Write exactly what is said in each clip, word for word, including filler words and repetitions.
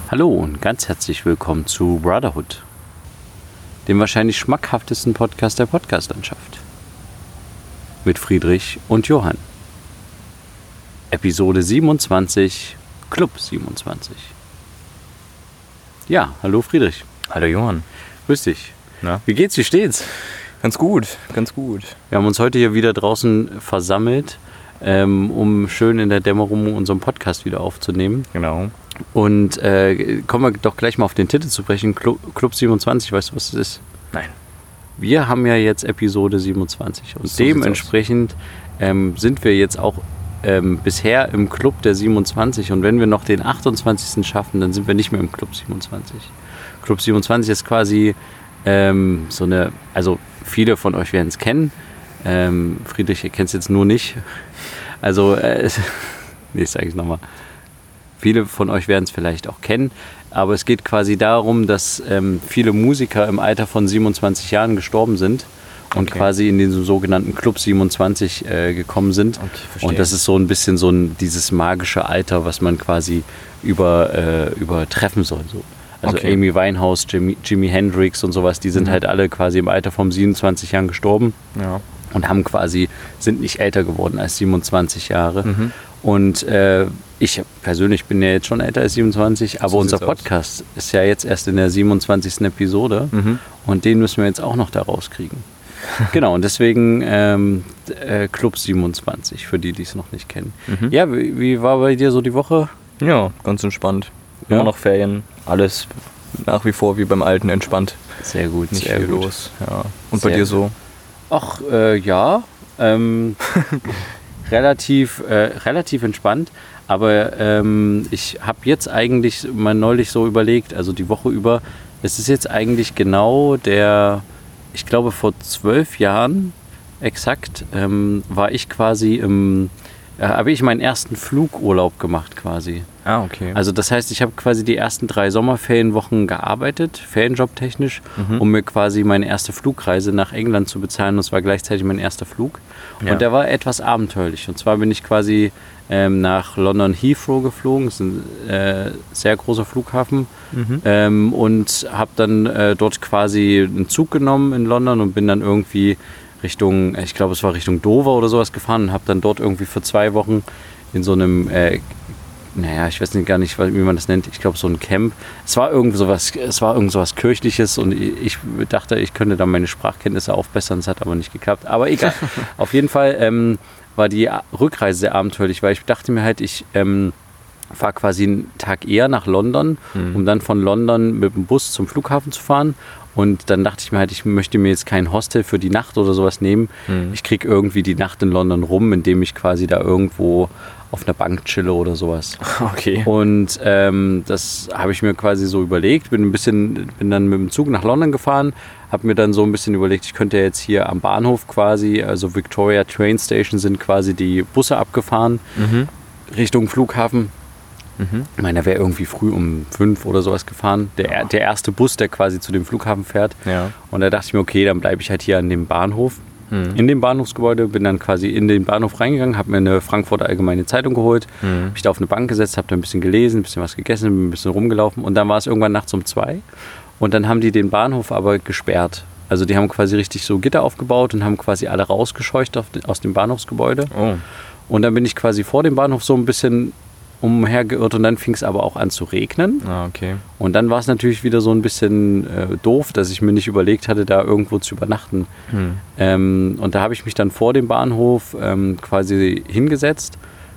Hallo und ganz herzlich willkommen zu Brotherhood, dem wahrscheinlich schmackhaftesten Podcast der Podcastlandschaft. Mit Friedrich und Johann. Episode siebenundzwanzig, Club siebenundzwanzig. Ja, hallo Friedrich. Hallo Johann. Grüß dich. Na? Wie geht's, wie steht's? Ganz gut, ganz gut. Wir haben uns heute hier wieder draußen versammelt, ähm, um schön in der Dämmerung unseren Podcast wieder aufzunehmen. Genau. Und äh, kommen wir doch gleich mal auf den Titel zu sprechen. Club, Club siebenundzwanzig, weißt du, was das ist? Nein. Wir haben ja jetzt Episode siebenundzwanzig und So dementsprechend ähm, sind wir jetzt auch ähm, bisher im Club der siebenundzwanzig und wenn wir noch den achtundzwanzigsten schaffen, dann sind wir nicht mehr im Club siebenundzwanzig. Club siebenundzwanzig ist quasi ähm, so eine, also viele von euch werden es kennen, ähm, Friedrich, ihr kennt es jetzt nur nicht, also, äh, nee, ich sage es nochmal. Viele von euch werden es vielleicht auch kennen, aber es geht quasi darum, dass ähm, viele Musiker im Alter von siebenundzwanzig Jahren gestorben sind und Okay. quasi in den sogenannten Club siebenundzwanzig äh, gekommen sind. Okay, verstehe. Und das ist so ein bisschen so ein, dieses magische Alter, was man quasi über, äh, übertreffen soll. So. Also Okay. Amy Winehouse, Jimi, Jimi Hendrix und sowas, die sind Mhm. halt alle quasi im Alter von siebenundzwanzig Jahren gestorben. Ja. Und haben quasi, sind nicht älter geworden als siebenundzwanzig Jahre. Mhm. Und äh, ich persönlich bin ja jetzt schon älter als siebenundzwanzig, aber So unser sieht's aus. Podcast ist ja jetzt erst in der siebenundzwanzigsten Episode Mhm. und den müssen wir jetzt auch noch da rauskriegen. Genau, und deswegen ähm, äh, Club siebenundzwanzig, für die, die es noch nicht kennen. Mhm. Ja, wie, wie war bei dir so die Woche? Ja, ganz entspannt. Ja? Immer noch Ferien, alles nach wie vor wie beim Alten entspannt. Sehr gut, Nicht sehr viel gut. los. Ja. Und Sehr bei dir gut. so? Ach, äh, ja, ähm, relativ, äh, relativ entspannt. Aber ähm, ich habe jetzt eigentlich mal neulich so überlegt, also die Woche über, es ist jetzt eigentlich genau der, ich glaube vor zwölf Jahren exakt, ähm, war ich quasi im, äh, habe ich meinen ersten Flugurlaub gemacht quasi. Ah, okay. Also das heißt, ich habe quasi die ersten drei Sommerferienwochen gearbeitet, ferienjobtechnisch, Mhm. um mir quasi meine erste Flugreise nach England zu bezahlen. Das war gleichzeitig mein erster Flug. Ja. Und der war etwas abenteuerlich. Und zwar bin ich quasi ähm, nach London Heathrow geflogen. Das ist ein äh, sehr großer Flughafen. Mhm. Ähm, und habe dann äh, dort quasi einen Zug genommen in London und bin dann irgendwie Richtung, ich glaube es war Richtung Dover oder sowas gefahren und habe dann dort irgendwie für zwei Wochen in so einem äh, naja, ich weiß nicht, gar nicht, wie man das nennt. Ich glaube, so ein Camp. Es war irgend sowas, es war irgend sowas Kirchliches und ich dachte, ich könnte da meine Sprachkenntnisse aufbessern. Es hat aber nicht geklappt. Aber egal. Auf jeden Fall ähm, war die Rückreise sehr abenteuerlich, weil ich dachte mir halt, ich ähm, fahre quasi einen Tag eher nach London, Mhm. um dann von London mit dem Bus zum Flughafen zu fahren. Und dann dachte ich mir halt, ich möchte mir jetzt kein Hostel für die Nacht oder sowas nehmen. Mhm. Ich kriege irgendwie die Nacht in London rum, indem ich quasi da irgendwo auf einer Bank chille oder sowas. Okay. Und ähm, das habe ich mir quasi so überlegt. Bin ein bisschen, bin dann mit dem Zug nach London gefahren, habe mir dann so ein bisschen überlegt, ich könnte jetzt hier am Bahnhof quasi, also Victoria Train Station sind quasi die Busse abgefahren Mhm. Richtung Flughafen. Mhm. Ich meine, der wäre irgendwie früh um fünf oder sowas gefahren. Der, Ja. der erste Bus, der quasi zu dem Flughafen fährt. Ja. Und da dachte ich mir, okay, dann bleibe ich halt hier an dem Bahnhof. Mhm. In dem Bahnhofsgebäude, bin dann quasi in den Bahnhof reingegangen, habe mir eine Frankfurter Allgemeine Zeitung geholt, Mhm. habe mich da auf eine Bank gesetzt, habe da ein bisschen gelesen, ein bisschen was gegessen, bin ein bisschen rumgelaufen und dann war es irgendwann nachts um zwei und dann haben die den Bahnhof aber gesperrt. Also die haben quasi richtig so Gitter aufgebaut und haben quasi alle rausgescheucht auf de, aus dem Bahnhofsgebäude Oh. und dann bin ich quasi vor dem Bahnhof so ein bisschen umhergeirrt und dann fing es aber auch an zu regnen. Ah, okay. Und dann war es natürlich wieder so ein bisschen äh, doof, dass ich mir nicht überlegt hatte, da irgendwo zu übernachten. Mhm. Ähm, und da habe ich mich dann vor dem Bahnhof ähm, quasi hingesetzt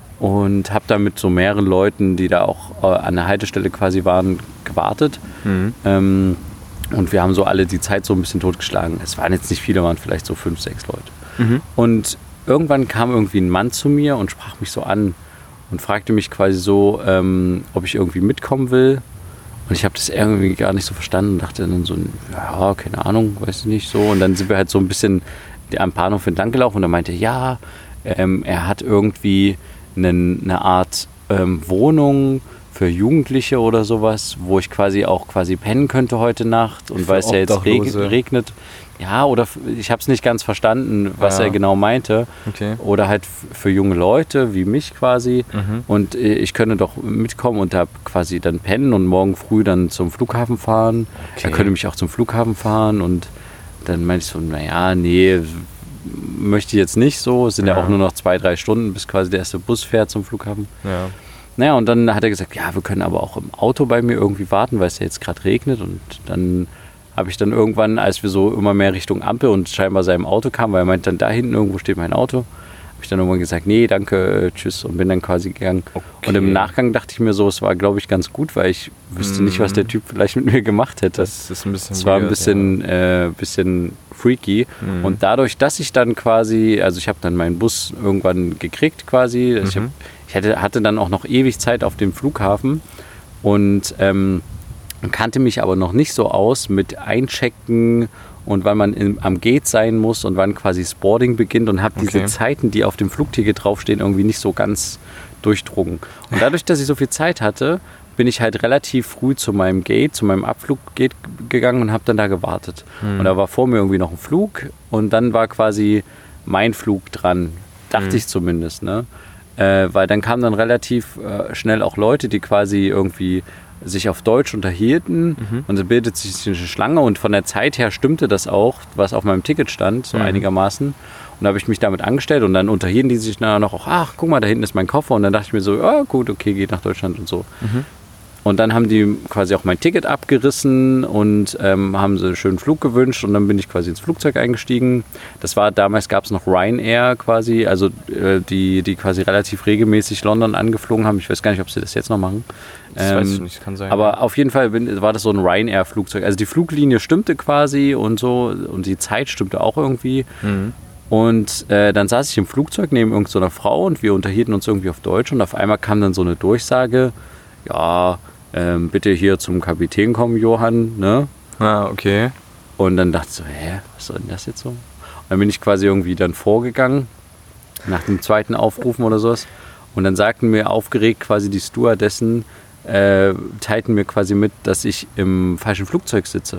und habe dann mit so mehreren Leuten, die da auch äh, an der Haltestelle quasi waren, gewartet. Mhm. Ähm, und wir haben so alle die Zeit so ein bisschen totgeschlagen. Es waren jetzt nicht viele, waren vielleicht so fünf, sechs Leute. Mhm. Und irgendwann kam irgendwie ein Mann zu mir und sprach mich so an und fragte mich quasi so, ähm, ob ich irgendwie mitkommen will. Und ich habe das irgendwie gar nicht so verstanden und dachte dann so, ja, keine Ahnung, weiß ich nicht so. Und dann sind wir halt so ein bisschen am Bahnhof entlang gelaufen und er meinte, ja, ähm, er hat irgendwie einen, eine Art ähm, Wohnung für Jugendliche oder sowas, wo ich quasi auch quasi pennen könnte heute Nacht und Für weil es ja jetzt reg Obdachlose. regnet. Ja, oder f- ich habe es nicht ganz verstanden, was Ja. er genau meinte. Okay. Oder halt f- für junge Leute wie mich quasi. Mhm. Und äh, ich könne doch mitkommen und da quasi dann pennen und morgen früh dann zum Flughafen fahren. Okay. Er könnte mich auch zum Flughafen fahren. Und dann meinte ich so, naja, nee, möchte ich jetzt nicht so. Es sind ja. Ja. auch nur noch zwei, drei Stunden, bis quasi der erste Bus fährt zum Flughafen. Ja. Naja, und dann hat er gesagt, ja, wir können aber auch im Auto bei mir irgendwie warten, weil es ja jetzt gerade regnet. Und dann habe ich dann irgendwann, als wir so immer mehr Richtung Ampel und scheinbar seinem Auto kamen, weil er meinte dann, da hinten irgendwo steht mein Auto, habe ich dann irgendwann gesagt, nee, danke, äh, tschüss, und bin dann quasi gegangen. Okay. Und im Nachgang dachte ich mir so, es war, glaube ich, ganz gut, weil ich wüsste nicht, was der Typ vielleicht mit mir gemacht hätte. Das ist ein bisschen Es war ein weird, bisschen, äh, bisschen freaky. Mhm. Und dadurch, dass ich dann quasi, also ich habe dann meinen Bus irgendwann gekriegt quasi, ich, hab, Mhm. ich hatte, hatte dann auch noch ewig Zeit auf dem Flughafen und ähm, kannte mich aber noch nicht so aus mit Einchecken und wann man in, am Gate sein muss und wann quasi das Boarding beginnt und habe diese Okay. Zeiten, die auf dem Flugticket draufstehen, irgendwie nicht so ganz durchdrungen. Und dadurch, dass ich so viel Zeit hatte, bin ich halt relativ früh zu meinem Gate, zu meinem Abfluggate gegangen und habe dann da gewartet. Hm. Und da war vor mir irgendwie noch ein Flug und dann war quasi mein Flug dran, dachte Hm. ich zumindest, ne? Äh, weil dann kamen dann relativ äh, schnell auch Leute, die quasi irgendwie sich auf Deutsch unterhielten Mhm. und es bildet sich eine Schlange und von der Zeit her stimmte das auch, was auf meinem Ticket stand, so Mhm. einigermaßen. Und da habe ich mich damit angestellt und dann unterhielten die sich dann noch, ach, guck mal, da hinten ist mein Koffer und dann dachte ich mir so, ja gut, okay, geht nach Deutschland und so. Mhm. Und dann haben die quasi auch mein Ticket abgerissen und ähm, haben so einen schönen Flug gewünscht und dann bin ich quasi ins Flugzeug eingestiegen. Das war, damals gab es noch Ryanair quasi, also äh, die, die quasi relativ regelmäßig London angeflogen haben. Ich weiß gar nicht, ob sie das jetzt noch machen. Das weiß ich Ähm, nicht, kann sein. Aber auf jeden Fall bin, war das so ein Ryanair-Flugzeug. Also die Fluglinie stimmte quasi und so und die Zeit stimmte auch irgendwie. Mhm. Und äh, dann saß ich im Flugzeug neben irgendeiner so einer Frau und wir unterhielten uns irgendwie auf Deutsch und auf einmal kam dann so eine Durchsage, ja, ähm, bitte hier zum Kapitän kommen, Johann, ne? Ah, okay. Und dann dachte ich so, hä, was soll denn das jetzt so? Und dann bin ich quasi irgendwie dann vorgegangen, nach dem zweiten Aufrufen oder sowas. Und dann sagten mir aufgeregt quasi die Stewardessen, äh, teilten mir quasi mit, dass ich im falschen Flugzeug sitze.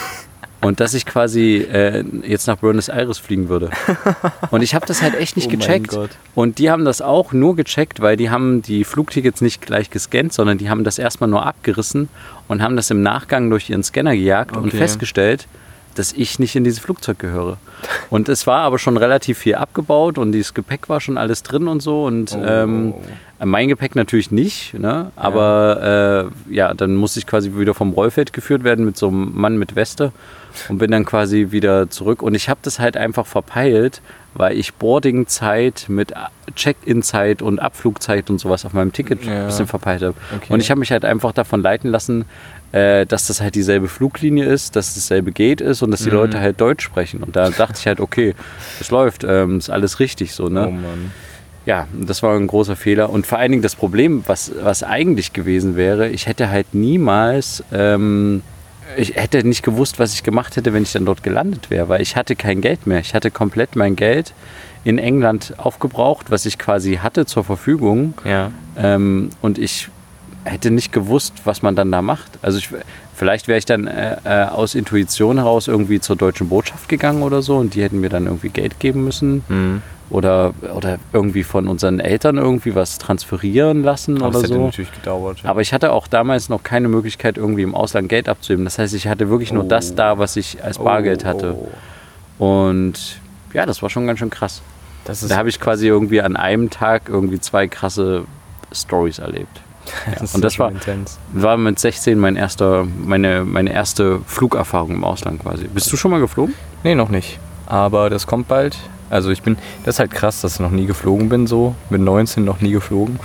Und dass ich quasi äh, jetzt nach Buenos Aires fliegen würde. Und ich habe das halt echt nicht Oh mein gecheckt. Gott. Und die haben das auch nur gecheckt, weil die haben die Flugtickets nicht gleich gescannt, sondern die haben das erstmal nur abgerissen und haben das im Nachgang durch ihren Scanner gejagt und Okay. festgestellt, dass ich nicht in dieses Flugzeug gehöre. Und es war aber schon relativ viel abgebaut und dieses Gepäck war schon alles drin und so. Und Oh. ähm, mein Gepäck natürlich nicht, ne? Aber äh, ja, dann musste ich quasi wieder vom Rollfeld geführt werden mit so einem Mann mit Weste und bin dann quasi wieder zurück. Und ich habe das halt einfach verpeilt, weil ich Boarding-Zeit mit Check-in-Zeit und Abflugzeit und sowas auf meinem Ticket Ja. ein bisschen verpeilt habe. Okay. Und ich habe mich halt einfach davon leiten lassen, äh, dass das halt dieselbe Fluglinie ist, dass es dasselbe Gate ist und dass die Mhm. Leute halt Deutsch sprechen. Und da dachte ich halt, okay, es läuft, ähm, ist alles richtig so, ne? Oh Mann. Ja, das war ein großer Fehler. Und vor allen Dingen das Problem, was, was eigentlich gewesen wäre, ich hätte halt niemals, ähm, ich hätte nicht gewusst, was ich gemacht hätte, wenn ich dann dort gelandet wäre, weil ich hatte kein Geld mehr. Ich hatte komplett mein Geld in England aufgebraucht, was ich quasi hatte zur Verfügung. Ja. Ähm, und ich hätte nicht gewusst, was man dann da macht. Also ich, vielleicht wäre ich dann äh, äh, aus Intuition heraus irgendwie zur deutschen Botschaft gegangen oder so und die hätten mir dann irgendwie Geld geben müssen. Mhm. Oder, oder irgendwie von unseren Eltern irgendwie was transferieren lassen Aber oder das hätte so. natürlich gedauert. Ja. Aber ich hatte auch damals noch keine Möglichkeit, irgendwie im Ausland Geld abzuheben. Das heißt, ich hatte wirklich nur Oh. das da, was ich als Bargeld Oh, hatte. oh. Und ja, das war schon ganz schön krass. Das ist, Da habe ich quasi irgendwie an einem Tag irgendwie zwei krasse Stories erlebt. das und das schon war- intens. War mit sechzehn mein erster, meine, meine erste Flugerfahrung im Ausland quasi. Bist du schon mal geflogen? Nee, noch nicht. Aber das kommt bald. Also ich bin, das ist halt krass, dass ich noch nie geflogen bin so. Mit neunzehn noch nie geflogen.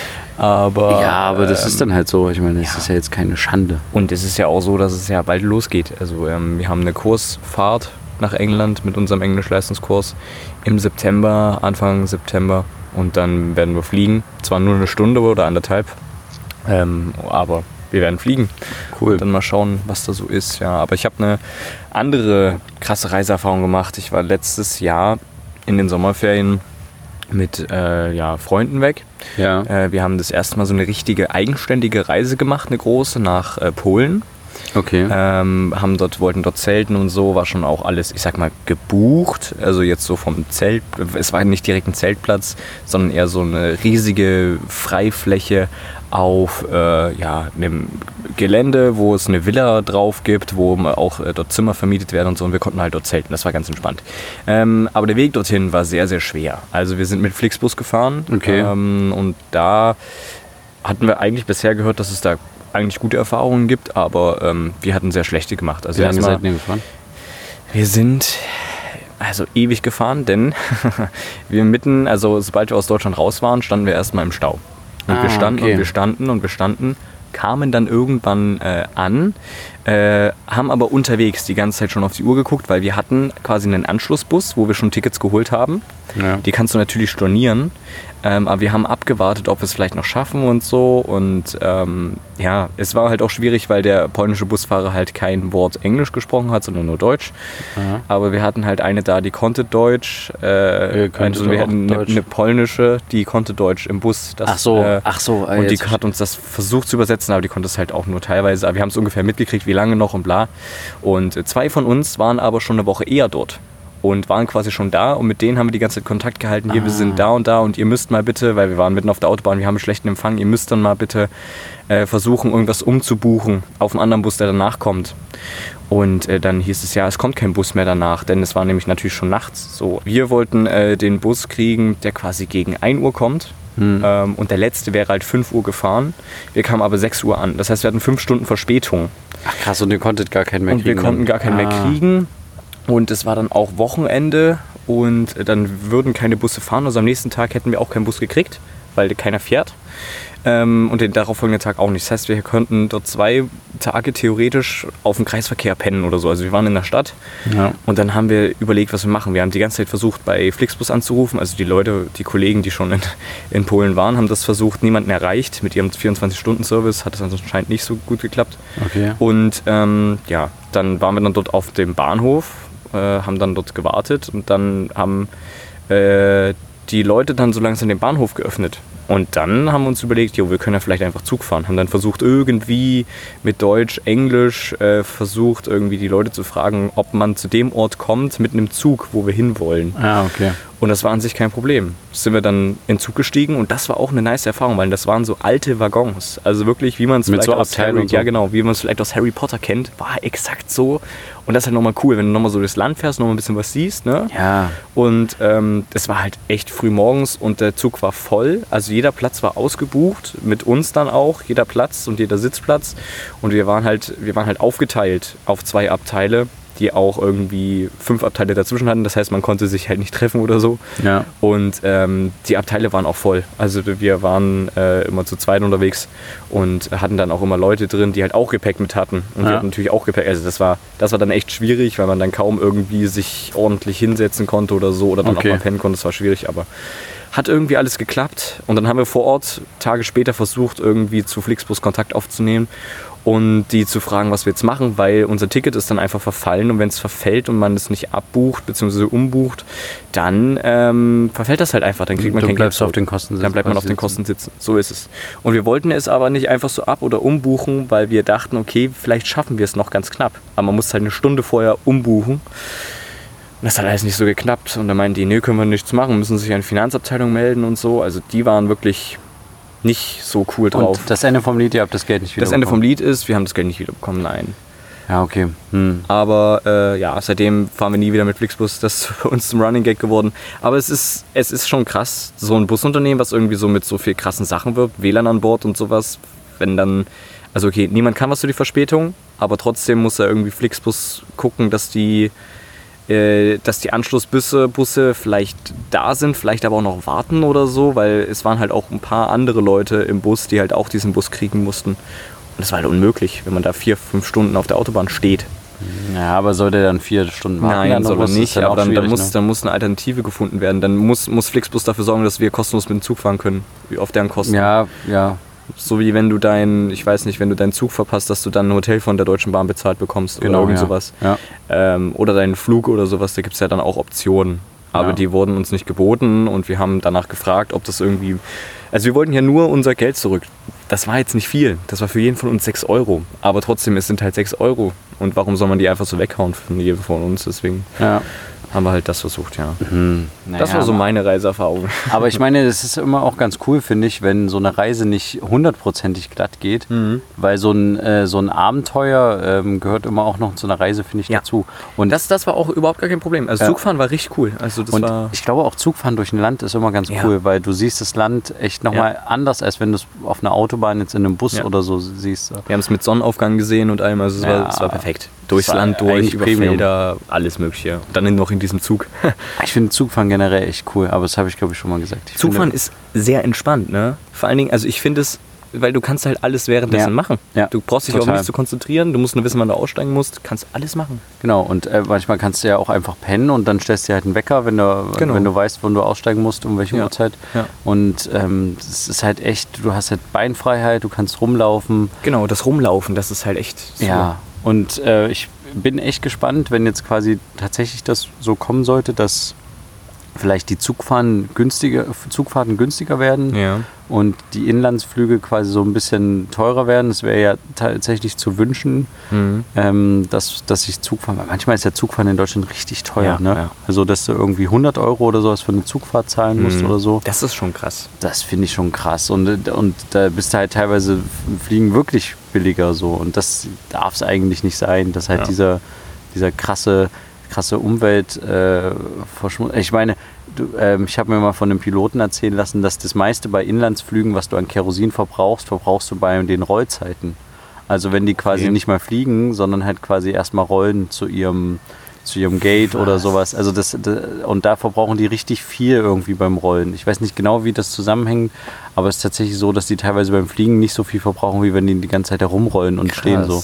aber ja, aber das ähm, ist dann halt so. Ich meine, das ja. ist ja jetzt keine Schande. Und es ist ja auch so, dass es ja bald losgeht. Also ähm, wir haben eine Kursfahrt nach England mit unserem Englisch-Leistungskurs im September, Anfang September. Und dann werden wir fliegen. Zwar nur eine Stunde oder anderthalb, ähm, aber wir werden fliegen. Cool. Und dann mal schauen, was da so ist. Ja, aber ich habe eine andere krasse Reiseerfahrung gemacht. Ich war letztes Jahr in den Sommerferien mit äh, ja, Freunden weg. Ja. Äh, wir haben das erste Mal so eine richtige eigenständige Reise gemacht, eine große, nach äh, Polen. Okay. Ähm, haben dort, wollten dort zelten und so, war schon auch alles, ich sag mal, gebucht. Also jetzt so vom Zelt, es war nicht direkt ein Zeltplatz, sondern eher so eine riesige Freifläche auf äh, ja, einem Gelände, wo es eine Villa drauf gibt, wo auch äh, dort Zimmer vermietet werden und so, und wir konnten halt dort zelten. Das war ganz entspannt. Ähm, aber der Weg dorthin war sehr, sehr schwer. Also wir sind mit Flixbus gefahren. Okay. Ähm, und da hatten wir eigentlich bisher gehört, dass es da eigentlich gute Erfahrungen gibt, aber ähm, wir hatten sehr schlechte gemacht. Also Wie lange erstmal- seid ihr gefahren? Wir sind also ewig gefahren, denn wir mitten, also sobald wir aus Deutschland raus waren, standen wir erstmal im Stau. Und Ah, wir standen okay. und wir standen und wir standen, kamen dann irgendwann äh, an, äh, haben aber unterwegs die ganze Zeit schon auf die Uhr geguckt, weil wir hatten quasi einen Anschlussbus, wo wir schon Tickets geholt haben. Ja. Die kannst du natürlich stornieren, ähm, aber wir haben abgewartet, ob wir es vielleicht noch schaffen und so. Und ähm, ja, es war halt auch schwierig, weil der polnische Busfahrer halt kein Wort Englisch gesprochen hat, sondern nur Deutsch. Aha. Aber wir hatten halt eine da, die konnte Deutsch. Äh, Ihr könntet also wir auch hatten eine, Deutsch. eine polnische, die konnte Deutsch im Bus. Das, Ach so, äh, ach so. äh, und die jetzt- hat uns das versucht zu übersetzen, aber die konnte es halt auch nur teilweise. Aber wir haben es ungefähr mitgekriegt, wie lange noch und bla. Und äh, zwei von uns waren aber schon eine Woche eher dort und waren quasi schon da, und mit denen haben wir die ganze Zeit Kontakt gehalten. Hier, wir sind da und da und ihr müsst mal bitte, weil wir waren mitten auf der Autobahn, wir haben einen schlechten Empfang, ihr müsst dann mal bitte äh, versuchen, irgendwas umzubuchen auf einen anderen Bus, der danach kommt. Und äh, dann hieß es, ja, es kommt kein Bus mehr danach, denn es war nämlich natürlich schon nachts. So, wir wollten äh, den Bus kriegen, der quasi gegen ein Uhr kommt. Hm. Ähm, und der letzte wäre halt fünf Uhr gefahren. Wir kamen aber sechs Uhr an. Das heißt, wir hatten fünf Stunden Verspätung. Ach krass, und ihr konntet gar keinen mehr Und wir kriegen. konnten gar keinen mehr Ah. kriegen. Und es war dann auch Wochenende und dann würden keine Busse fahren. Also am nächsten Tag hätten wir auch keinen Bus gekriegt, weil keiner fährt. Ähm, und den darauffolgenden Tag auch nicht. Das heißt, wir konnten dort zwei Tage theoretisch auf dem Kreisverkehr pennen oder so. Also wir waren in der Stadt. Ja. Und dann haben wir überlegt, was wir machen. Wir haben die ganze Zeit versucht, bei Flixbus anzurufen. Also die Leute, die Kollegen, die schon in, in Polen waren, haben das versucht, niemanden erreicht. Mit ihrem vierundzwanzig-Stunden-Service hat es anscheinend nicht so gut geklappt. Okay. Und ähm, ja, dann waren wir dann dort auf dem Bahnhof, äh, haben dann dort gewartet, und dann haben äh, die Leute dann so langsam den Bahnhof geöffnet. Und dann haben wir uns überlegt, jo, wir können ja vielleicht einfach Zug fahren. Haben dann versucht, irgendwie mit Deutsch, Englisch, äh, versucht irgendwie die Leute zu fragen, ob man zu dem Ort kommt mit einem Zug, wo wir hinwollen. Ah, okay. Und das war an sich kein Problem. Sind wir dann in den Zug gestiegen, und das war auch eine nice Erfahrung, weil das waren so alte Waggons. Also wirklich, wie man es Mit vielleicht so aus Abteilen Harry, und so. ja genau, wie man es vielleicht aus Harry Potter kennt, war exakt so. Und das ist halt nochmal cool, wenn du nochmal so durchs Land fährst, nochmal ein bisschen was siehst, ne? Ja. Und ähm, das war halt echt früh morgens und der Zug war voll. Also jeder Platz war ausgebucht, mit uns dann auch, jeder Platz und jeder Sitzplatz. Und wir waren halt, wir waren halt aufgeteilt auf zwei Abteile, die auch irgendwie fünf Abteile dazwischen hatten. Das heißt, man konnte sich halt nicht treffen oder so. Ja. Und ähm, die Abteile waren auch voll. Also wir waren äh, immer zu zweit unterwegs und hatten dann auch immer Leute drin, die halt auch Gepäck mit hatten. Und Ja. wir hatten natürlich auch Gepäck. Also das war, das war dann echt schwierig, weil man dann kaum irgendwie sich ordentlich hinsetzen konnte oder so. Oder dann Okay. auch mal pennen konnte. Das war schwierig, aber hat irgendwie alles geklappt. Und dann haben wir vor Ort Tage später versucht, irgendwie zu Flixbus Kontakt aufzunehmen und die zu fragen, was wir jetzt machen, weil unser Ticket ist dann einfach verfallen, und wenn es verfällt und man es nicht abbucht bzw. umbucht, dann ähm, verfällt das halt einfach, dann kriegt man Du kein bleibst Geld auf den zurück. Kosten sitzen. Dann bleibt man auf den Kosten sitzen, so ist es. Und wir wollten es aber nicht einfach so ab- oder umbuchen, weil wir dachten, okay, vielleicht schaffen wir es noch ganz knapp, aber man muss halt eine Stunde vorher umbuchen. Und das hat alles nicht so geklappt. Und dann meinten die, nee, können wir nichts machen, müssen sich an die Finanzabteilung melden und so. Also die waren wirklich nicht so cool drauf. Und das Ende vom Lied, ihr habt das Geld nicht wieder Das Ende vom bekommen. Lied ist, wir haben das Geld nicht wiederbekommen, nein. Ja, okay. Hm. Aber äh, ja, seitdem fahren wir nie wieder mit Flixbus. Das ist für uns zum Running Gag geworden. Aber es ist, es ist schon krass, so ein Busunternehmen, was irgendwie so mit so viel krassen Sachen wirbt, W L A N an Bord und sowas. Wenn dann, also okay, niemand kann was für die Verspätung, aber trotzdem muss ja irgendwie Flixbus gucken, dass die, äh, dass die Anschlussbusse Busse vielleicht da sind, vielleicht aber auch noch warten oder so, weil es waren halt auch ein paar andere Leute im Bus, die halt auch diesen Bus kriegen mussten. Und das war halt unmöglich, wenn man da vier, fünf Stunden auf der Autobahn steht. Ja, aber soll der dann vier Stunden warten? Nein, dann soll noch? er Das ist nicht, dann aber auch dann, dann, schwierig, muss, ne? dann muss eine Alternative gefunden werden. Dann muss, muss Flixbus dafür sorgen, dass wir kostenlos mit dem Zug fahren können, wie auf deren Kosten. Ja, ja. So wie wenn du dein, ich weiß nicht, wenn du deinen Zug verpasst, dass du dann ein Hotel von der Deutschen Bahn bezahlt bekommst Genau, oder irgend ja. sowas. Ja. Ähm, oder deinen Flug oder sowas, da gibt es ja dann auch Optionen. aber Ja. die wurden uns nicht geboten und wir haben danach gefragt, ob das irgendwie... Also wir wollten ja nur unser Geld zurück. Das war jetzt nicht viel. Das war für jeden von uns sechs Euro. Aber trotzdem, es sind halt sechs Euro. Und warum soll man die einfach so weghauen von jedem von uns? Deswegen Ja. haben wir halt das versucht, ja. Hm, Das war so meine Reiseerfahrung. Aber ich meine, das ist immer auch ganz cool, finde ich, wenn so eine Reise nicht hundertprozentig glatt geht, Mhm. weil so ein, äh, so ein Abenteuer ähm, gehört immer auch noch zu einer Reise, finde ich, Ja. dazu. Und, Das, das war auch überhaupt gar kein Problem. Also Ja. Zugfahren war richtig cool. Also das und war... ich glaube auch Zugfahren durch ein Land ist immer ganz Ja. cool, weil du siehst das Land echt nochmal anders, als wenn du es auf einer Autobahn jetzt in einem Bus Ja. oder so siehst. Wir haben es mit Sonnenaufgang gesehen und allem, also es, Ja. war, es war perfekt. Durchs Das war Land durch, eigentlich über Premium. Felder, alles mögliche. Und dann noch in diesem Zug. Ich finde Zugfahren generell echt cool, aber das habe ich, glaube ich, schon mal gesagt. Ich Zugfahren finde, ist sehr entspannt, ne? Vor allen Dingen, also ich finde es, weil du kannst halt alles währenddessen Ja. machen. Ja. Du brauchst dich Total. auch nicht zu konzentrieren, du musst nur wissen, wann du aussteigen musst, kannst alles machen. Genau, und äh, manchmal kannst du ja auch einfach pennen und dann stellst du dir halt einen Wecker, wenn du, Genau. wenn du weißt, wann du aussteigen musst, um welche Ja. Uhrzeit. Ja. Und ähm, es ist halt echt, du hast halt Beinfreiheit, du kannst rumlaufen. Genau, das Rumlaufen, das ist halt echt super. Ja, und äh, ich bin echt gespannt, wenn jetzt quasi tatsächlich das so kommen sollte, dass vielleicht die Zugfahren günstiger, Zugfahrten günstiger werden Ja. und die Inlandsflüge quasi so ein bisschen teurer werden. Es wäre ja tatsächlich zu wünschen, Mhm. ähm, dass, dass sich Zugfahren, weil manchmal ist der Zugfahren in Deutschland richtig teuer. Ja, ne? ja. Also, dass du irgendwie hundert Euro oder sowas für eine Zugfahrt zahlen musst Mhm. oder so. Das ist schon krass. Das finde ich schon krass. Und, und da bist du halt teilweise Fliegen wirklich billiger so. Und das darf es eigentlich nicht sein, dass halt Ja. dieser, dieser krasse, krasse Umwelt äh, verschmutzt. Ich meine, du, ähm, ich habe mir mal von einem Piloten erzählen lassen, dass das meiste bei Inlandsflügen, was du an Kerosin verbrauchst, verbrauchst du bei den Rollzeiten. Also wenn die quasi Okay. nicht mal fliegen, sondern halt quasi erstmal rollen zu ihrem zu ihrem Gate oder Was? sowas. Also das, das und da verbrauchen die richtig viel irgendwie beim Rollen. Ich weiß nicht genau, wie das zusammenhängt, aber es ist tatsächlich so, dass die teilweise beim Fliegen nicht so viel verbrauchen, wie wenn die die ganze Zeit herumrollen und stehen so.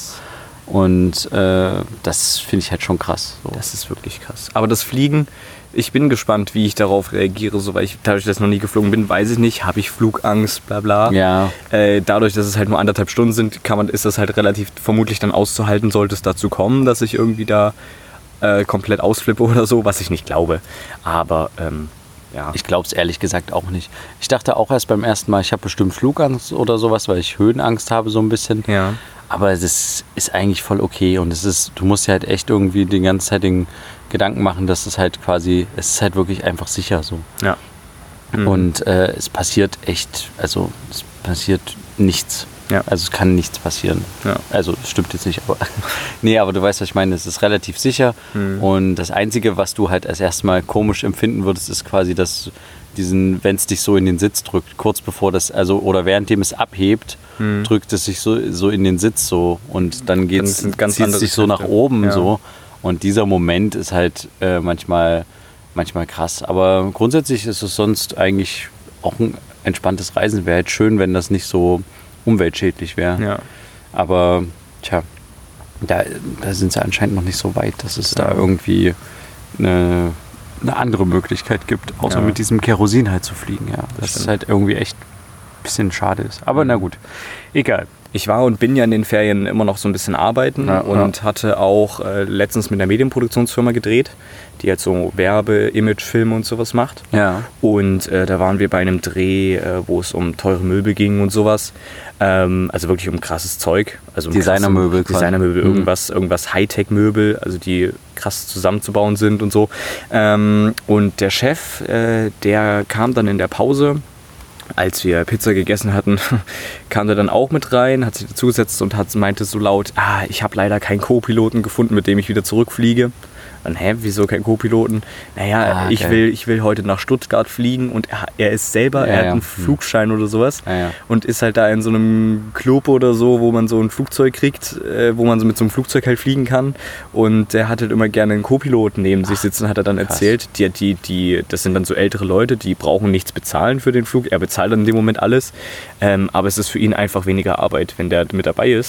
Und äh, das finde ich halt schon krass. So. Das ist wirklich krass. Aber das Fliegen, ich bin gespannt, wie ich darauf reagiere. So, weil ich dadurch, dass ich noch nie geflogen bin, weiß ich nicht, habe ich Flugangst, bla bla. Ja, Äh, dadurch, dass es halt nur anderthalb Stunden sind, kann man, ist das halt relativ vermutlich dann auszuhalten, sollte es dazu kommen, dass ich irgendwie da äh, komplett ausflippe oder so, was ich nicht glaube. Aber ähm, ja. ich glaube es ehrlich gesagt auch nicht. Ich dachte auch erst beim ersten Mal, ich habe bestimmt Flugangst oder sowas, weil ich Höhenangst habe so ein bisschen. ja. Aber das ist eigentlich voll okay und es ist, du musst dir halt echt irgendwie die ganze Zeit den Gedanken machen, dass es halt quasi, es ist halt wirklich einfach sicher so. Ja. Mhm. Und äh, es passiert echt, also es passiert nichts. Ja. Also es kann nichts passieren. Ja. Also das stimmt jetzt nicht, aber nee, aber du weißt, was ich meine, es ist relativ sicher. Mhm. Und das Einzige, was du halt als erstmal komisch empfinden würdest, ist quasi, dass diesen, wenn es dich so in den Sitz drückt, kurz bevor das, also oder währenddem es abhebt, Mhm. drückt es sich so, so in den Sitz so und dann geht's, sind ganz zieht es andere sich so nach Kräfte. oben Ja. so. Und dieser Moment ist halt äh, manchmal, manchmal krass. Aber grundsätzlich ist es sonst eigentlich auch ein entspanntes Reisen. Wäre halt schön, wenn das nicht so umweltschädlich wäre. Ja. Aber tja, da, da sind sie anscheinend noch nicht so weit, dass es da Ja. irgendwie eine, eine andere Möglichkeit gibt, außer Ja. mit diesem Kerosin halt zu fliegen. Ja. Das stimmt. ist halt irgendwie echt ein bisschen schade ist. Aber na gut, egal. Ich war und bin ja in den Ferien immer noch so ein bisschen arbeiten Ja, und hatte auch äh, letztens mit einer Medienproduktionsfirma gedreht, die halt so Werbe-, Imagefilme und sowas macht. Ja. Und äh, da waren wir bei einem Dreh, äh, wo es um teure Möbel ging und sowas. Ähm, also wirklich um krasses Zeug. Also um Designermöbel krasse- quasi. Designermöbel, Mhm. irgendwas, irgendwas Hightech-Möbel, also die krass zusammenzubauen sind und so. Ähm, und der Chef, äh, der kam dann in der Pause, als wir Pizza gegessen hatten, kam der dann auch mit rein, hat sich dazugesetzt und hat, meinte so laut, ah, ich habe leider keinen Co-Piloten gefunden, mit dem ich wieder zurückfliege. Dann, hä, wieso kein Co-Piloten? Naja, Ah, ich, geil. will, ich will heute nach Stuttgart fliegen und er, er ist selber, Ja, er hat ja. einen Hm. Flugschein oder sowas Ja, ja. und ist halt da in so einem Club oder so, wo man so ein Flugzeug kriegt, äh, wo man so mit so einem Flugzeug halt fliegen kann. Und er hat halt immer gerne einen Co-Piloten neben sich sitzen, hat er dann krass. erzählt. Die, die, die, das sind dann so ältere Leute, die brauchen nichts bezahlen für den Flug. Er bezahlt dann in dem Moment alles. Ähm, aber es ist für ihn einfach weniger Arbeit, wenn der mit dabei ist.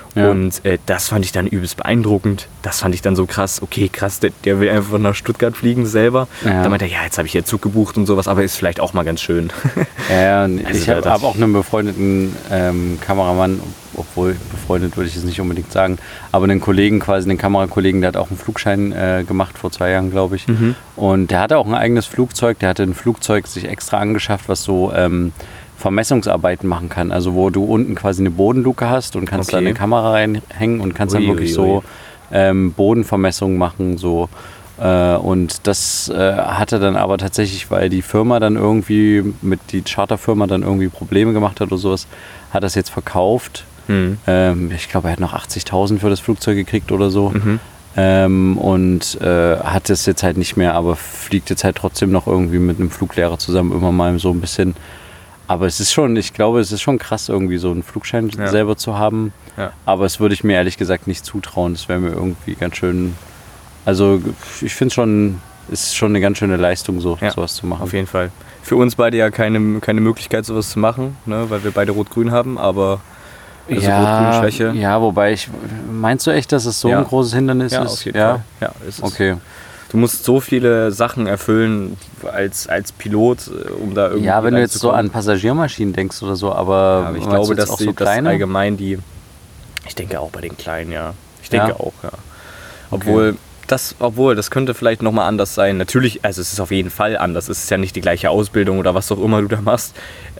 Ja. Und äh, das fand ich dann übelst beeindruckend. Das fand ich dann so krass. Okay, krass, der, der will einfach nach Stuttgart fliegen selber. Ja. Da meinte er, ja, jetzt habe ich hier Zug gebucht und sowas, aber ist vielleicht auch mal ganz schön. Ja, also ich habe hab auch einen befreundeten ähm, Kameramann, obwohl befreundet würde ich es nicht unbedingt sagen, aber einen Kollegen quasi, einen Kamerakollegen, der hat auch einen Flugschein äh, gemacht vor zwei Jahren, glaube ich. Mhm. Und der hatte auch ein eigenes Flugzeug. Der hatte ein Flugzeug sich extra angeschafft, was so ähm, Vermessungsarbeiten machen kann. Also wo du unten quasi eine Bodenluke hast und kannst okay. da eine Kamera reinhängen und kannst ui, dann wirklich ui, ui. so ähm, Bodenvermessungen machen. So. Äh, und das äh, hatte dann aber tatsächlich, weil die Firma dann irgendwie, mit die Charterfirma dann irgendwie Probleme gemacht hat oder sowas, hat das jetzt verkauft. Mhm. Ähm, ich glaube, er hat noch achtzigtausend für das Flugzeug gekriegt oder so. Mhm. Ähm, und äh, hat es jetzt halt nicht mehr, aber fliegt jetzt halt trotzdem noch irgendwie mit einem Fluglehrer zusammen immer mal so ein bisschen. Aber es ist schon, ich glaube, es ist schon krass, irgendwie so einen Flugschein ja. selber zu haben. Ja. Aber es würde ich mir ehrlich gesagt nicht zutrauen. Das wäre mir irgendwie ganz schön. Also ich finde es schon, ist schon eine ganz schöne Leistung, so ja, sowas zu machen. Auf jeden Fall. Für uns beide ja keine, keine Möglichkeit, sowas zu machen, ne, weil wir beide Rot-Grün haben, aber also ja, Rot-Grün-Schwäche. Ja, wobei ich. Meinst du echt, dass es so ja. ein großes Hindernis ja, ist? Auf jeden ja, Fall. Ja, ist es. Okay. Du musst so viele Sachen erfüllen als, als Pilot, um da irgendwie. Ja, wenn du jetzt so an Passagiermaschinen denkst oder so, aber, ja, aber ich glaube, dass auch die, so kleine? Das allgemein die. Ich denke auch bei den Kleinen, ja. Ich denke ja. auch, ja. Obwohl, okay. das, obwohl, das könnte vielleicht nochmal anders sein. Natürlich, also es ist auf jeden Fall anders. Es ist ja nicht die gleiche Ausbildung oder was auch immer du da machst,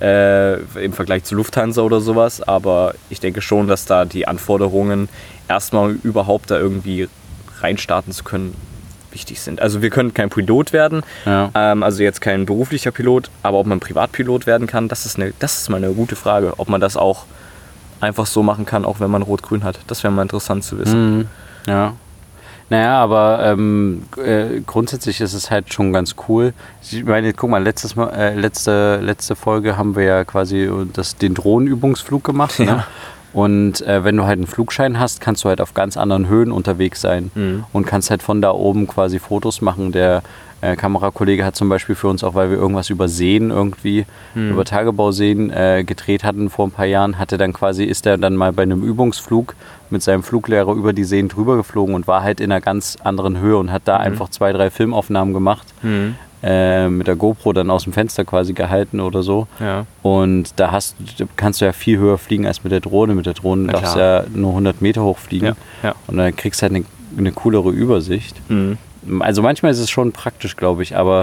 äh, im Vergleich zu Lufthansa oder sowas. Aber ich denke schon, dass da die Anforderungen, erstmal überhaupt da irgendwie reinstarten zu können, wichtig sind. Also wir können kein Pilot werden, ja. ähm, also jetzt kein beruflicher Pilot, aber ob man Privatpilot werden kann, das ist, eine, das ist mal eine gute Frage. Ob man das auch einfach so machen kann, auch wenn man Rot-Grün hat. Das wäre mal interessant zu wissen. Mhm. Ja. Naja, aber ähm, äh, grundsätzlich ist es halt schon ganz cool. Ich meine, guck mal, letztes mal, äh, letzte, letzte Folge haben wir ja quasi das, den Drohnenübungsflug gemacht. Ne? Ja. Und äh, wenn du halt einen Flugschein hast, kannst du halt auf ganz anderen Höhen unterwegs sein mhm. und kannst halt von da oben quasi Fotos machen. Der äh, Kamerakollege hat zum Beispiel für uns auch, weil wir irgendwas über Seen irgendwie, mhm. über Tagebauseen äh, gedreht hatten vor ein paar Jahren, hatte dann quasi, ist er dann mal bei einem Übungsflug mit seinem Fluglehrer über die Seen drüber geflogen und war halt in einer ganz anderen Höhe und hat da mhm. einfach zwei, drei Filmaufnahmen gemacht. Mhm. Äh, mit der GoPro dann aus dem Fenster quasi gehalten oder so. Ja. Und da hast, kannst du ja viel höher fliegen als mit der Drohne. Mit der Drohne Na darfst du ja nur hundert Meter hoch fliegen. Ja. Ja. Und dann kriegst du halt eine, eine coolere Übersicht. Mhm. Also manchmal ist es schon praktisch, glaube ich, aber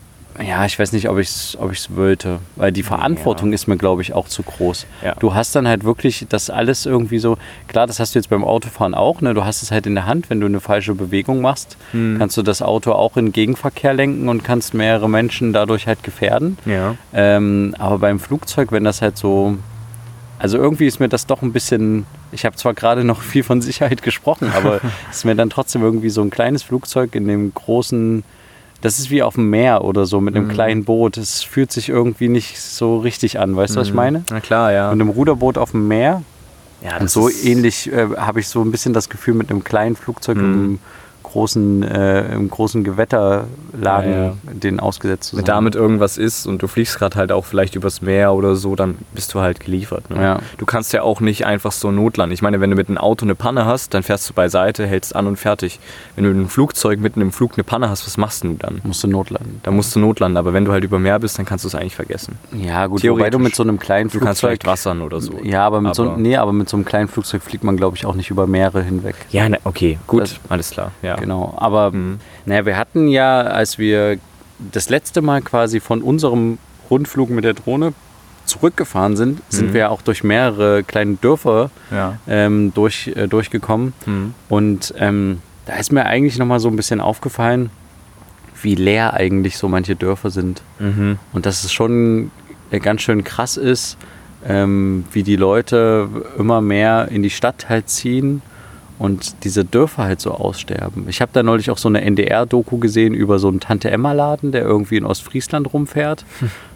ja, ich weiß nicht, ob ich es ob ich's wollte. Weil die Verantwortung ja. ist mir, glaube ich, auch zu groß. Ja. Du hast dann halt wirklich das alles irgendwie so, klar, das hast du jetzt beim Autofahren auch, ne? Du hast es halt in der Hand, wenn du eine falsche Bewegung machst, hm. kannst du das Auto auch in Gegenverkehr lenken und kannst mehrere Menschen dadurch halt gefährden. Ja. Ähm, aber beim Flugzeug, wenn das halt so, also irgendwie ist mir das doch ein bisschen, ich habe zwar gerade noch viel von Sicherheit gesprochen, aber es ist mir dann trotzdem irgendwie so ein kleines Flugzeug in dem großen, das ist wie auf dem Meer oder so mit einem mhm. kleinen Boot. Es fühlt sich irgendwie nicht so richtig an. Weißt du, mhm. was ich meine? Na klar, ja. Mit einem Ruderboot auf dem Meer. Ja, das und so ähnlich äh, habe ich so ein bisschen das Gefühl mit einem kleinen Flugzeug mhm. im großen, äh, im großen Gewetterlagen ja, ja. denen ausgesetzt zu sein. Wenn damit irgendwas ist und du fliegst gerade halt auch vielleicht übers Meer oder so, dann bist du halt geliefert. Ne? Ja. Du kannst ja auch nicht einfach so notlanden. Ich meine, wenn du mit einem Auto eine Panne hast, dann fährst du beiseite, hältst an und fertig. Wenn du mit einem Flugzeug mitten im Flug eine Panne hast, was machst du dann? Musst du notlanden. Dann musst du notlanden, aber wenn du halt über Meer bist, dann kannst du es eigentlich vergessen. Ja gut, wobei du mit so einem kleinen Flugzeug... Du kannst vielleicht wassern oder so. Ja, aber mit, aber so, nee, aber mit so einem kleinen Flugzeug fliegt man, glaube ich, auch nicht über Meere hinweg. Ja, ne, okay, gut, also, alles klar. Ja. Genau, aber mhm. naja, wir hatten ja, als wir das letzte Mal quasi von unserem Rundflug mit der Drohne zurückgefahren sind, sind mhm. wir ja auch durch mehrere kleine Dörfer ja. ähm, durch, äh, durchgekommen. Mhm. Und ähm, da ist mir eigentlich nochmal so ein bisschen aufgefallen, wie leer eigentlich so manche Dörfer sind. Mhm. Und dass es schon äh, ganz schön krass ist, ähm, wie die Leute immer mehr in die Stadt halt ziehen und diese Dörfer halt so aussterben. Ich habe da neulich auch so eine N D R-Doku gesehen über so einen Tante-Emma-Laden, der irgendwie in Ostfriesland rumfährt.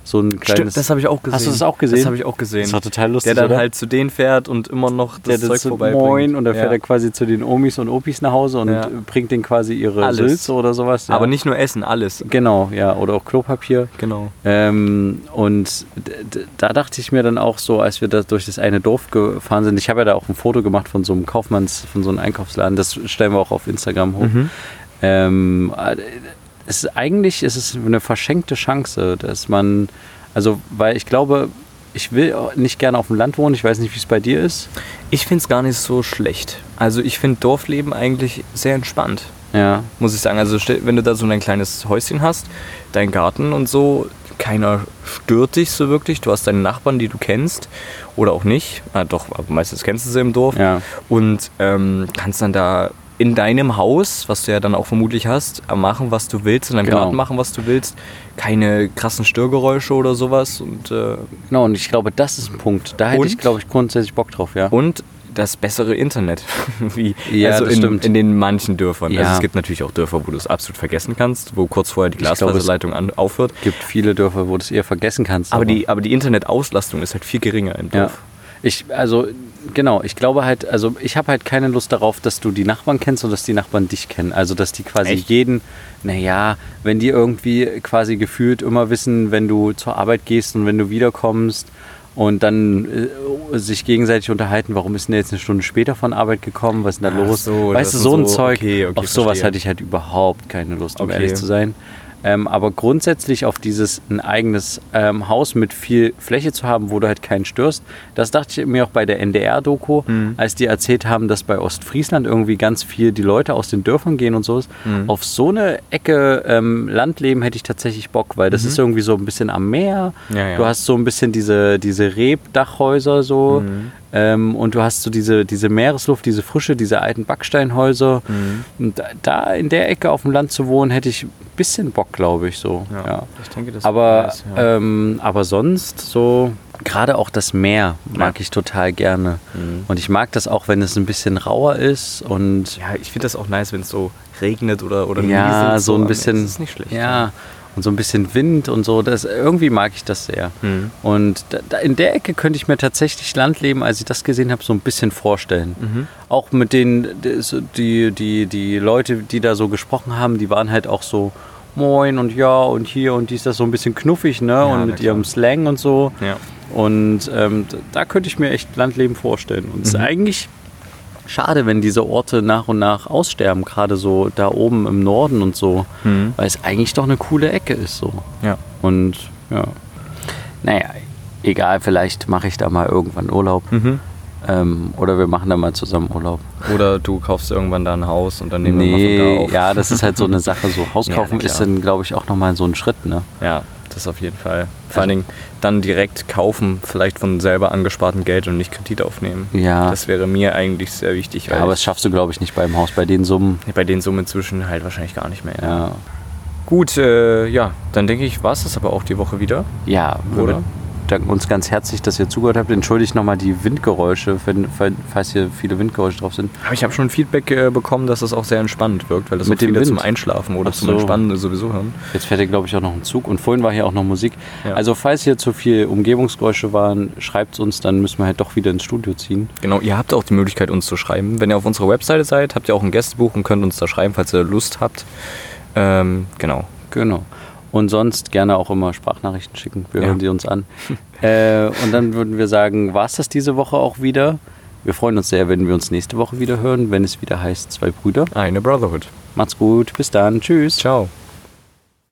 so ein kleines... Stimmt, das habe ich auch gesehen. Hast du das auch gesehen? Das habe ich auch gesehen. Das war total lustig, Der dann oder? halt zu denen fährt und immer noch das der Zeug so vorbeibringt. Moin und dann fährt ja. er quasi zu den Omis und Opis nach Hause und Ja. bringt denen quasi ihre Alles. Sülze oder sowas. Ja. Aber nicht nur Essen, alles. Genau, ja, oder auch Klopapier. Genau. Ähm, und d- d- da dachte ich mir dann auch so, als wir da durch das eine Dorf gefahren sind, ich habe ja da auch ein Foto gemacht von so einem Kaufmanns, von so einem Einkaufsladen, das stellen wir auch auf Instagram hoch. Mhm. Ähm, es ist eigentlich es ist eine verschenkte Chance, dass man, also, weil ich glaube, ich will nicht gerne auf dem Land wohnen, ich weiß nicht, wie es bei dir ist. Ich finde es gar nicht so schlecht. Also ich finde Dorfleben eigentlich sehr entspannt, Ja, muss ich sagen. Also stell- wenn du da so ein kleines Häuschen hast, dein Garten und so, keiner stört dich so wirklich. Du hast deine Nachbarn, die du kennst oder auch nicht. Ah, doch, aber meistens kennst du sie im Dorf. ja, Und ähm, kannst dann da in deinem Haus, was du ja dann auch vermutlich hast, machen, was du willst, in deinem Genau. Garten machen, was du willst. Keine krassen Störgeräusche oder sowas. Und, äh, genau, und ich glaube, das ist ein Punkt. Da hätte Und? ich, glaube ich, grundsätzlich Bock drauf, ja. und das bessere Internet. Wie, Ja, also das in, stimmt. in den manchen Dörfern. Ja. Also es gibt natürlich auch Dörfer, wo du es absolut vergessen kannst, wo kurz vorher die Ich glaube, Glasfaserleitung an, aufhört. Es gibt viele Dörfer, wo du es eher vergessen kannst. Aber die, aber die Internetauslastung ist halt viel geringer im Ja. Dorf. Ich, also, genau, ich glaube halt, also ich habe halt keine Lust darauf, dass du die Nachbarn kennst und dass die Nachbarn dich kennen. Also, dass die quasi Echt? jeden, naja, wenn die irgendwie quasi gefühlt immer wissen, wenn du zur Arbeit gehst und wenn du wiederkommst und dann äh, sich gegenseitig unterhalten, warum ist denn der jetzt eine Stunde später von Arbeit gekommen, was ist denn da Ach los? so, weißt du, das so ein sind so- Zeug, okay, okay, auf sowas verstehe. hatte ich halt überhaupt keine Lust, um Okay. ehrlich zu sein. Ähm, aber grundsätzlich auf dieses ein eigenes ähm, Haus mit viel Fläche zu haben, wo du halt keinen störst, das dachte ich mir auch bei der N D R-Doku, Mhm. als die erzählt haben, dass bei Ostfriesland irgendwie ganz viel die Leute aus den Dörfern gehen und so. Mhm. Auf so eine Ecke ähm, Landleben hätte ich tatsächlich Bock, weil das Mhm. ist irgendwie so ein bisschen am Meer. Ja, ja. Du hast so ein bisschen diese, diese Rebdachhäuser so. Mhm. Ähm, und du hast so diese, diese Meeresluft, diese Frische, diese alten Backsteinhäuser. Mhm. Und da, da in der Ecke auf dem Land zu wohnen, hätte ich ein bisschen Bock, glaube ich, so. Ja, Ja. ich denke, das Aber, ist ja. ähm, aber sonst so, gerade auch das Meer mag Ja. ich total gerne. Mhm. Und ich mag das auch, wenn es ein bisschen rauer ist und Ja, ich finde das auch nice, wenn es so regnet oder, oder ja, nieselt, so ein am- bisschen, Das ist nicht schlecht. ja, und so ein bisschen Wind und so. Das, irgendwie mag ich das sehr. Mhm. Und da, da in der Ecke könnte ich mir tatsächlich Landleben, als ich das gesehen habe, so ein bisschen vorstellen. Mhm. Auch mit den, die, die, die Leute, die da so gesprochen haben, die waren halt auch so moin und ja und hier und dies, das so ein bisschen knuffig, ne? Und na mit klar. ihrem Slang und so. Ja. Und ähm, d- da könnte ich mir echt Landleben vorstellen. Und es ist Mhm. eigentlich schade, wenn diese Orte nach und nach aussterben, gerade so da oben im Norden und so, Mhm. weil es eigentlich doch eine coole Ecke ist so. Ja. Und ja, naja, egal, vielleicht mache ich da mal irgendwann Urlaub. Mhm. Ähm, oder wir machen da mal zusammen Urlaub. Oder du kaufst irgendwann da ein Haus und dann nehmen wir mal von Nee, da auf. ja, das ist halt so eine Sache. So Haus Ja, kaufen na ist klar. dann, glaube ich, auch nochmal so ein Schritt, ne? Ja, das auf jeden Fall. Vor allen Dingen dann direkt kaufen, vielleicht von selber angespartem Geld und nicht Kredit aufnehmen. Ja, Das wäre mir eigentlich sehr wichtig, ja weil aber das schaffst du, glaube ich, nicht beim Haus. Bei den Summen, ich bei den Summen inzwischen halt wahrscheinlich gar nicht mehr. ja. Gut, äh, ja, dann denke ich, war es das aber auch die Woche wieder. Ja, Oder? wir danken uns ganz herzlich, dass ihr zugehört habt. Entschuldigt nochmal die Windgeräusche, wenn, falls hier viele Windgeräusche drauf sind. Aber ich habe schon Feedback äh, bekommen, dass das auch sehr entspannend wirkt, weil das Mit auch viele dem zum Wind? Einschlafen oder Ach zum so. Entspannen sowieso hören. Jetzt fährt hier, glaube ich, auch noch ein Zug. Und vorhin war hier auch noch Musik. Ja. Also falls hier zu viel Umgebungsgeräusche waren, schreibt es uns, dann müssen wir halt doch wieder ins Studio ziehen. Genau, ihr habt auch die Möglichkeit, uns zu schreiben. Wenn ihr auf unserer Webseite seid, habt ihr auch ein Gästebuch und könnt uns da schreiben, falls ihr Lust habt. Ähm, genau. Genau. Und sonst gerne auch immer Sprachnachrichten schicken. Wir Ja. hören sie uns an. äh, und dann würden wir sagen, war es das diese Woche auch wieder? Wir freuen uns sehr, wenn wir uns nächste Woche wieder hören, wenn es wieder heißt Zwei Brüder. Eine Brotherhood. Macht's gut, bis dann, tschüss. Ciao.